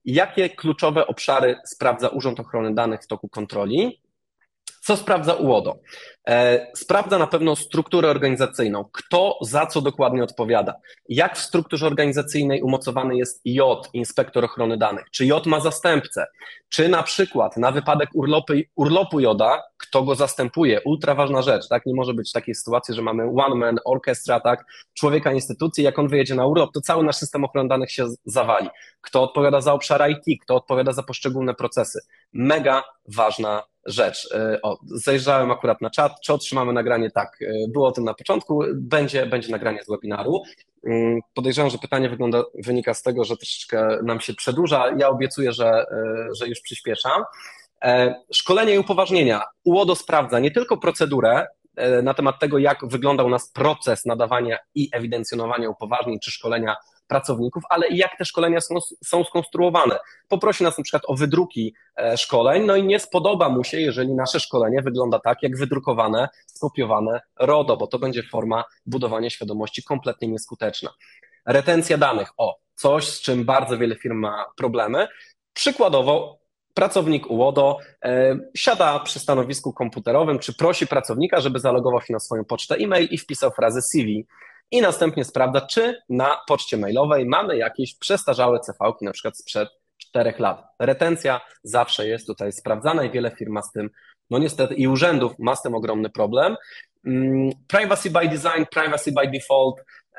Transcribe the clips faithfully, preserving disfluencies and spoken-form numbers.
Jakie kluczowe obszary sprawdza Urząd Ochrony Danych w toku kontroli? Co sprawdza UODO? Sprawdza na pewno strukturę organizacyjną, kto za co dokładnie odpowiada, jak w strukturze organizacyjnej umocowany jest J, inspektor ochrony danych, czy J ma zastępcę, czy na przykład na wypadek urlopu, urlopu J, kto go zastępuje, ultra ważna rzecz, tak? Nie może być takiej sytuacji, że mamy one man orchestra, tak? Człowieka instytucji, jak on wyjedzie na urlop, to cały nasz system ochrony danych się zawali. Kto odpowiada za obszar I T, kto odpowiada za poszczególne procesy. Mega ważna rzecz. O, zajrzałem akurat na czat, czy otrzymamy nagranie? Tak, było o tym na początku, będzie, będzie nagranie z webinaru. Podejrzewam, że pytanie wygląda, wynika z tego, że troszeczkę nam się przedłuża. Ja obiecuję, że, że już przyspieszam. Szkolenie i upoważnienia. UODO sprawdza nie tylko procedurę na temat tego, jak wygląda u nas proces nadawania i ewidencjonowania upoważnień czy szkolenia pracowników, ale i jak te szkolenia są, są skonstruowane. Poprosi nas na przykład o wydruki szkoleń, no i nie spodoba mu się, jeżeli nasze szkolenie wygląda tak, jak wydrukowane, skopiowane RODO, bo to będzie forma budowania świadomości kompletnie nieskuteczna. Retencja danych, o, coś, z czym bardzo wiele firm ma problemy. Przykładowo pracownik UODO e, siada przy stanowisku komputerowym, czy prosi pracownika, żeby zalogował się na swoją pocztę e-mail i wpisał frazę C V. I następnie sprawdza, czy na poczcie mailowej mamy jakieś przestarzałe C V-ki, na przykład sprzed czterech lat. Retencja zawsze jest tutaj sprawdzana i wiele firm ma z tym, no niestety i urzędów ma z tym ogromny problem. Privacy by design, privacy by default,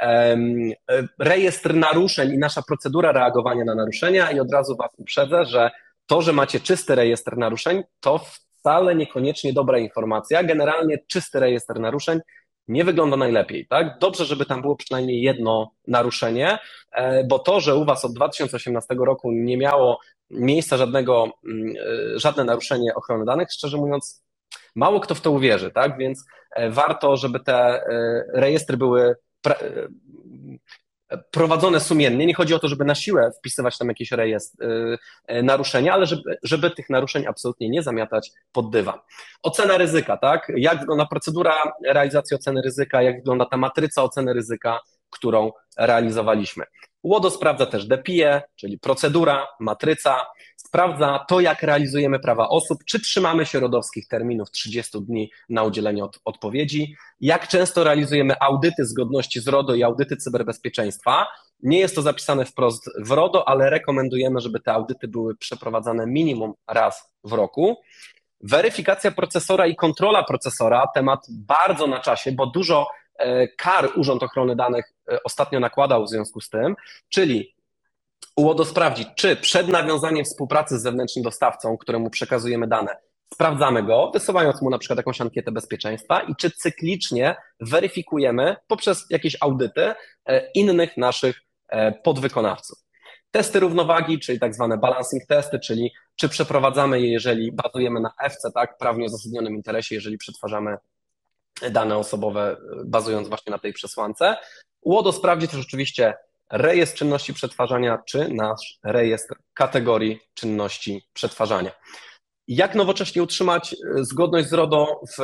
rejestr naruszeń i nasza procedura reagowania na naruszenia i od razu Was uprzedzę, że to, że macie czysty rejestr naruszeń, to wcale niekoniecznie dobra informacja. Generalnie czysty rejestr naruszeń nie wygląda najlepiej, tak? Dobrze, żeby tam było przynajmniej jedno naruszenie, bo to, że u Was od dwa tysiące osiemnastego roku nie miało miejsca żadnego, żadne naruszenie ochrony danych, szczerze mówiąc, mało kto w to uwierzy, tak? Więc warto, żeby te rejestry były prowadzone sumiennie. Nie chodzi o to, żeby na siłę wpisywać tam jakieś rejestr naruszenia, ale żeby, żeby tych naruszeń absolutnie nie zamiatać pod dywan. Ocena ryzyka, tak? Jak wygląda procedura realizacji oceny ryzyka, jak wygląda ta matryca oceny ryzyka, którą realizowaliśmy. UODO sprawdza też D P I E, czyli procedura, matryca, sprawdza to, jak realizujemy prawa osób, czy trzymamy się rodowskich terminów trzydziestu dni na udzielenie od, odpowiedzi, jak często realizujemy audyty zgodności z RODO i audyty cyberbezpieczeństwa. Nie jest to zapisane wprost w RODO, ale rekomendujemy, żeby te audyty były przeprowadzane minimum raz w roku. Weryfikacja procesora i kontrola procesora, temat bardzo na czasie, bo dużo kar Urząd Ochrony Danych ostatnio nakładał w związku z tym, czyli UODO sprawdzi, czy przed nawiązaniem współpracy z zewnętrznym dostawcą, któremu przekazujemy dane, sprawdzamy go, wysyłając mu na przykład jakąś ankietę bezpieczeństwa i czy cyklicznie weryfikujemy poprzez jakieś audyty innych naszych podwykonawców. Testy równowagi, czyli tak zwane balancing testy, czyli czy przeprowadzamy je, jeżeli bazujemy na F C, tak, prawnie uzasadnionym interesie, jeżeli przetwarzamy dane osobowe bazując właśnie na tej przesłance. UODO sprawdzi też oczywiście rejestr czynności przetwarzania, czy nasz rejestr kategorii czynności przetwarzania. Jak nowocześnie utrzymać zgodność z RODO w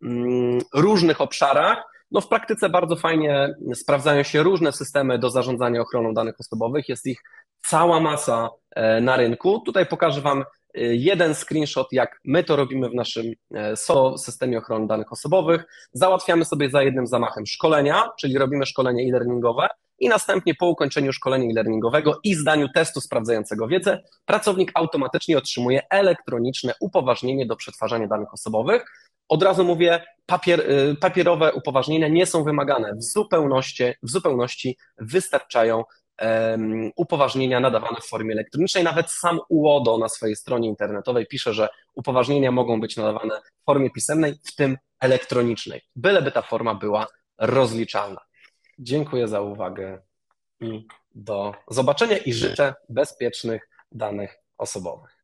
różnych obszarach? No w praktyce bardzo fajnie sprawdzają się różne systemy do zarządzania ochroną danych osobowych. Jest ich cała masa na rynku. Tutaj pokażę Wam jeden screenshot, jak my to robimy w naszym S O systemie ochrony danych osobowych. Załatwiamy sobie za jednym zamachem szkolenia, czyli robimy szkolenie e-learningowe i następnie po ukończeniu szkolenia e-learningowego i zdaniu testu sprawdzającego wiedzę, pracownik automatycznie otrzymuje elektroniczne upoważnienie do przetwarzania danych osobowych. Od razu mówię, papier, papierowe upoważnienia nie są wymagane. W zupełności, w zupełności wystarczają um, upoważnienia nadawane w formie elektronicznej. Nawet sam UODO na swojej stronie internetowej pisze, że upoważnienia mogą być nadawane w formie pisemnej, w tym elektronicznej, byleby ta forma była rozliczalna. Dziękuję za uwagę i do zobaczenia i życzę bezpiecznych danych osobowych.